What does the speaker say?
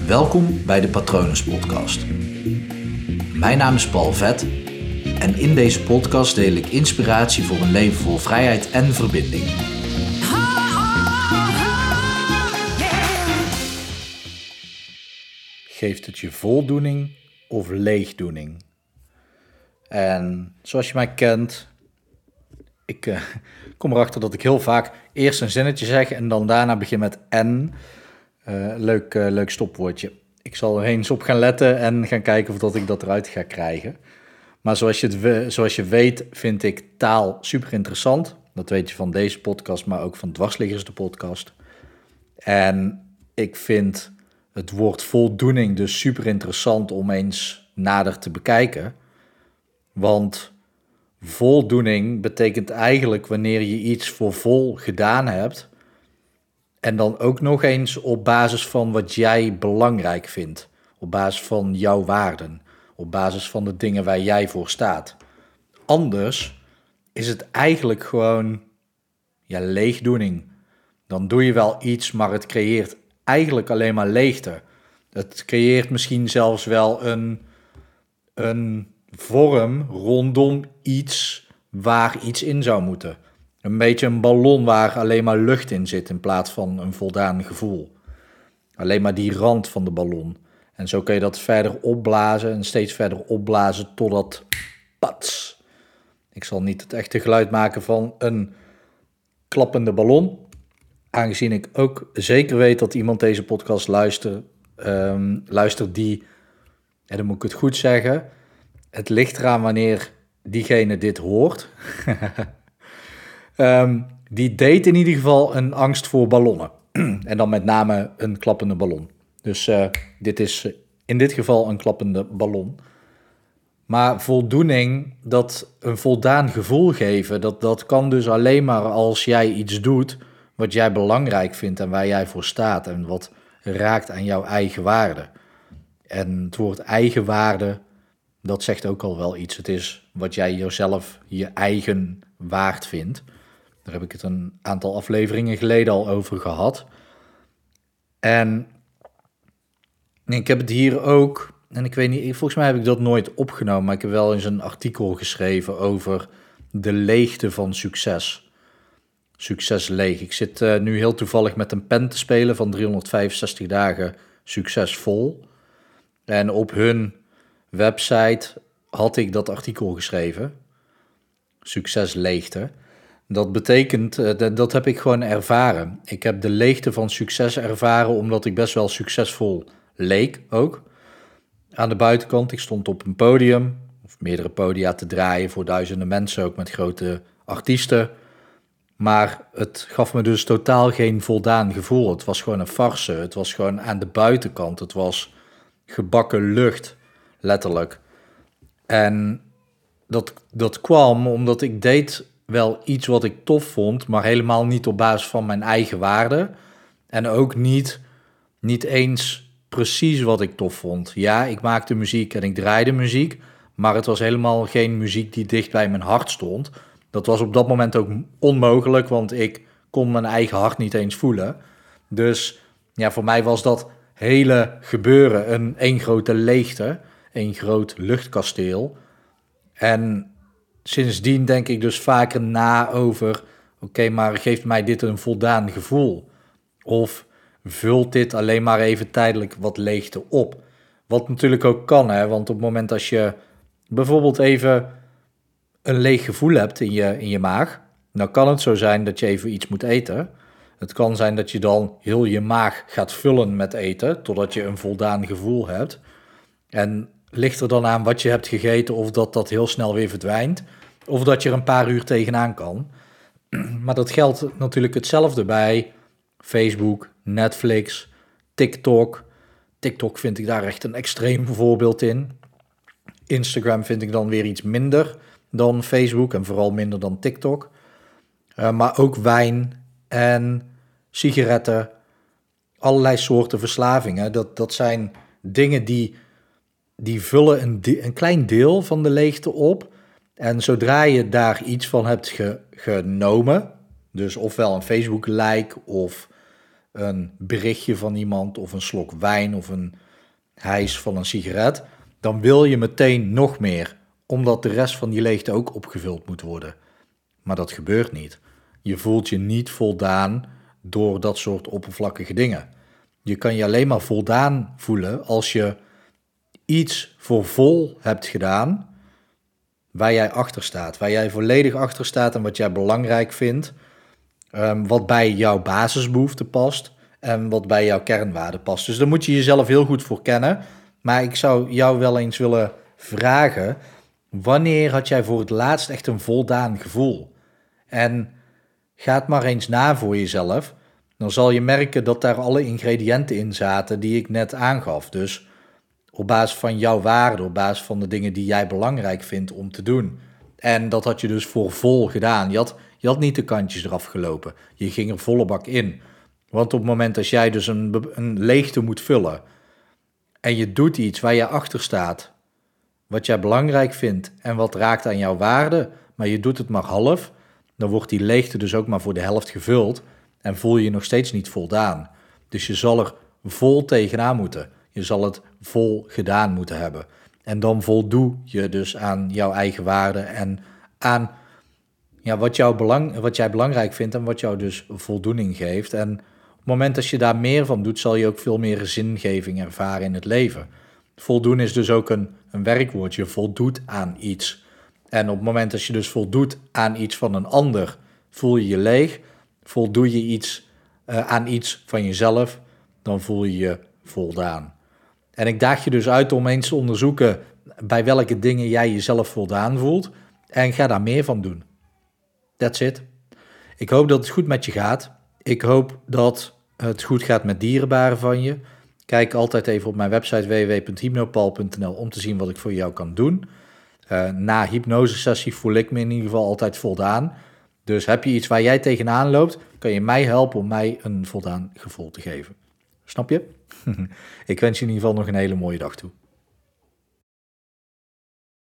Welkom bij de Patronus Podcast. Mijn naam is Paul Vet en in deze podcast deel ik inspiratie voor een leven vol vrijheid en verbinding. Geeft het je voldoening of leegdoening? En zoals je mij kent, ik kom erachter dat ik heel vaak eerst een zinnetje zeg en dan daarna begin met en. Leuk stopwoordje. Ik zal er eens op gaan letten en gaan kijken of dat ik dat eruit ga krijgen. Maar zoals je weet vind ik taal super interessant. Dat weet je van deze podcast, maar ook van Dwarsliggers de podcast. En ik vind het woord voldoening dus super interessant om eens nader te bekijken. Want voldoening betekent eigenlijk wanneer je iets voor vol gedaan hebt en dan ook nog eens op basis van wat jij belangrijk vindt, op basis van jouw waarden, op basis van de dingen waar jij voor staat. Anders is het eigenlijk gewoon leegdoening. Dan doe je wel iets, maar het creëert eigenlijk alleen maar leegte. Het creëert misschien zelfs wel een vorm rondom iets waar iets in zou moeten. Een beetje een ballon waar alleen maar lucht in zit in plaats van een voldaan gevoel. Alleen maar die rand van de ballon. En zo kun je dat verder opblazen en steeds verder opblazen totdat pats. Ik zal niet het echte geluid maken van een klappende ballon. Aangezien ik ook zeker weet dat iemand deze podcast luistert die, en dan moet ik het goed zeggen, het ligt eraan wanneer diegene dit hoort. Die deed in ieder geval een angst voor ballonnen. En dan met name een klappende ballon. Dus dit is in dit geval een klappende ballon. Maar voldoening, dat een voldaan gevoel geven, dat kan dus alleen maar als jij iets doet wat jij belangrijk vindt en waar jij voor staat en wat raakt aan jouw eigen waarde. En het woord eigenwaarde, dat zegt ook al wel iets. Het is wat jij jezelf je eigen waard vindt. Daar heb ik het een aantal afleveringen geleden al over gehad. En ik heb het hier ook, en ik weet niet, volgens mij heb ik dat nooit opgenomen, maar ik heb wel eens een artikel geschreven over de leegte van succes. Succes leeg. Ik zit nu heel toevallig met een pen te spelen van 365 dagen succesvol. En op hun website had ik dat artikel geschreven. Succesleegte. Dat betekent, dat heb ik gewoon ervaren. Ik heb de leegte van succes ervaren omdat ik best wel succesvol leek ook. Aan de buitenkant, ik stond op een podium, of meerdere podia te draaien voor duizenden mensen, ook met grote artiesten. Maar het gaf me dus totaal geen voldaan gevoel. Het was gewoon een farce. Het was gewoon aan de buitenkant. Het was gebakken lucht, letterlijk. En dat kwam omdat ik deed wel iets wat ik tof vond, maar helemaal niet op basis van mijn eigen waarde. En ook niet eens precies wat ik tof vond. Ja, ik maakte muziek en ik draaide muziek, maar het was helemaal geen muziek die dicht bij mijn hart stond. Dat was op dat moment ook onmogelijk, want ik kon mijn eigen hart niet eens voelen. Dus ja, voor mij was dat hele gebeuren één grote leegte, één groot luchtkasteel. En sindsdien denk ik dus vaker na over, oké, maar geeft mij dit een voldaan gevoel? Of vult dit alleen maar even tijdelijk wat leegte op? Wat natuurlijk ook kan, hè, want op het moment als je bijvoorbeeld even een leeg gevoel hebt in je maag, dan kan het zo zijn dat je even iets moet eten. Het kan zijn dat je dan heel je maag gaat vullen met eten, totdat je een voldaan gevoel hebt. En ligt er dan aan wat je hebt gegeten of dat heel snel weer verdwijnt, of dat je er een paar uur tegenaan kan. Maar dat geldt natuurlijk hetzelfde bij Facebook, Netflix, TikTok. TikTok vind ik daar echt een extreem voorbeeld in. Instagram vind ik dan weer iets minder dan Facebook en vooral minder dan TikTok. Maar ook wijn en sigaretten, allerlei soorten verslavingen. Dat zijn dingen die vullen een klein deel van de leegte op. En zodra je daar iets van hebt genomen, dus ofwel een Facebook-like of een berichtje van iemand of een slok wijn of een hijs van een sigaret, dan wil je meteen nog meer, omdat de rest van die leegte ook opgevuld moet worden. Maar dat gebeurt niet. Je voelt je niet voldaan door dat soort oppervlakkige dingen. Je kan je alleen maar voldaan voelen als je iets voor vol hebt gedaan waar jij achter staat. Waar jij volledig achter staat en wat jij belangrijk vindt. Wat bij jouw basisbehoefte past en wat bij jouw kernwaarde past. Dus daar moet je jezelf heel goed voor kennen. Maar ik zou jou wel eens willen vragen, wanneer had jij voor het laatst echt een voldaan gevoel? En ga het maar eens na voor jezelf. Dan zal je merken dat daar alle ingrediënten in zaten die ik net aangaf. Dus op basis van jouw waarde, op basis van de dingen die jij belangrijk vindt om te doen. En dat had je dus voor vol gedaan. Je had niet de kantjes eraf gelopen. Je ging er volle bak in. Want op het moment dat jij dus een leegte moet vullen en je doet iets waar je achter staat, wat jij belangrijk vindt en wat raakt aan jouw waarde, maar je doet het maar half, dan wordt die leegte dus ook maar voor de helft gevuld en voel je je nog steeds niet voldaan. Dus je zal er vol tegenaan moeten. Je zal het vol gedaan moeten hebben. En dan voldoe je dus aan jouw eigen waarde en aan wat jij belangrijk vindt en wat jou dus voldoening geeft. En op het moment dat je daar meer van doet, zal je ook veel meer zingeving ervaren in het leven. Voldoen is dus ook een werkwoord. Je voldoet aan iets. En op het moment dat je dus voldoet aan iets van een ander, voel je je leeg. Voldoe je aan iets van jezelf, dan voel je je voldaan. En ik daag je dus uit om eens te onderzoeken bij welke dingen jij jezelf voldaan voelt. En ga daar meer van doen. That's it. Ik hoop dat het goed met je gaat. Ik hoop dat het goed gaat met dierbaren van je. Kijk altijd even op mijn website www.hypnopal.nl om te zien wat ik voor jou kan doen. Na hypnosesessie voel ik me in ieder geval altijd voldaan. Dus heb je iets waar jij tegenaan loopt, kan je mij helpen om mij een voldaan gevoel te geven. Snap je? Ik wens je in ieder geval nog een hele mooie dag toe.